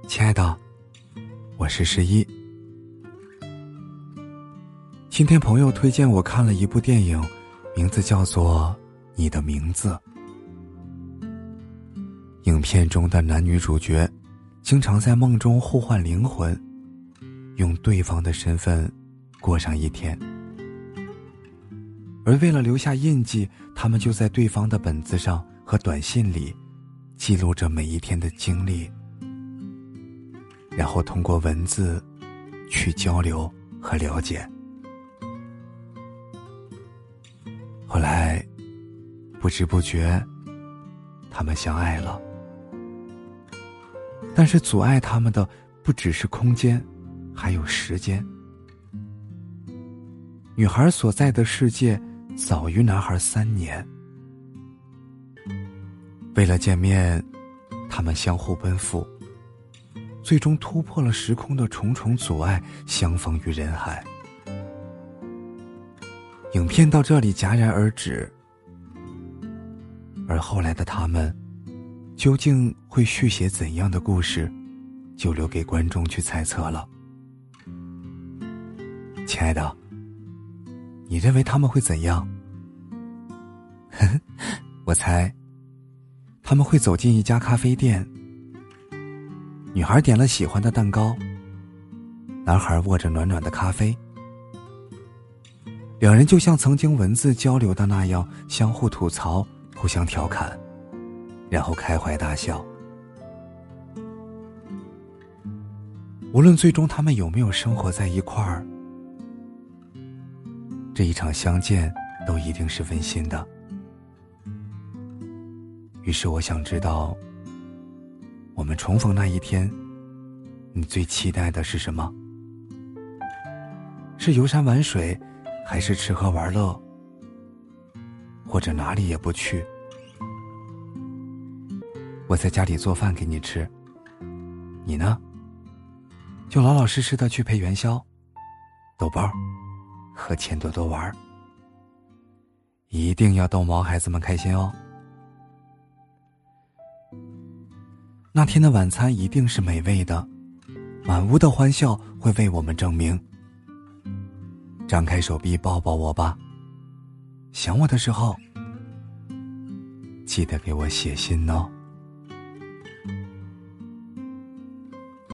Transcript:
亲爱的，我是11。今天朋友推荐我看了一部电影，名字叫做《你的名字》。影片中的男女主角经常在梦中互换灵魂，用对方的身份过上一天。而为了留下印记，他们就在对方的本子上和短信里记录着每一天的经历，然后通过文字去交流和了解。后来不知不觉他们相爱了，但是阻碍他们的不只是空间，还有时间。女孩所在的世界早于男孩3年。为了见面，他们相互奔赴，最终突破了时空的重重阻碍，相逢于人海。影片到这里戛然而止，而后来的他们究竟会续写怎样的故事，就留给观众去猜测了。亲爱的，你认为他们会怎样？我猜他们会走进一家咖啡店，女孩点了喜欢的蛋糕，男孩握着暖暖的咖啡，两人就像曾经文字交流的那样，相互吐槽，互相调侃，然后开怀大笑。无论最终他们有没有生活在一块儿，这一场相见都一定是温馨的。于是我想知道，我们重逢那一天，你最期待的是什么？是游山玩水，还是吃喝玩乐，或者哪里也不去？我在家里做饭给你吃，你呢？就老老实实的去陪元宵、逗包、和钱多多玩，一定要逗毛孩子们开心哦。那天的晚餐一定是美味的，满屋的欢笑会为我们证明。张开手臂抱抱我吧，想我的时候记得给我写信哦。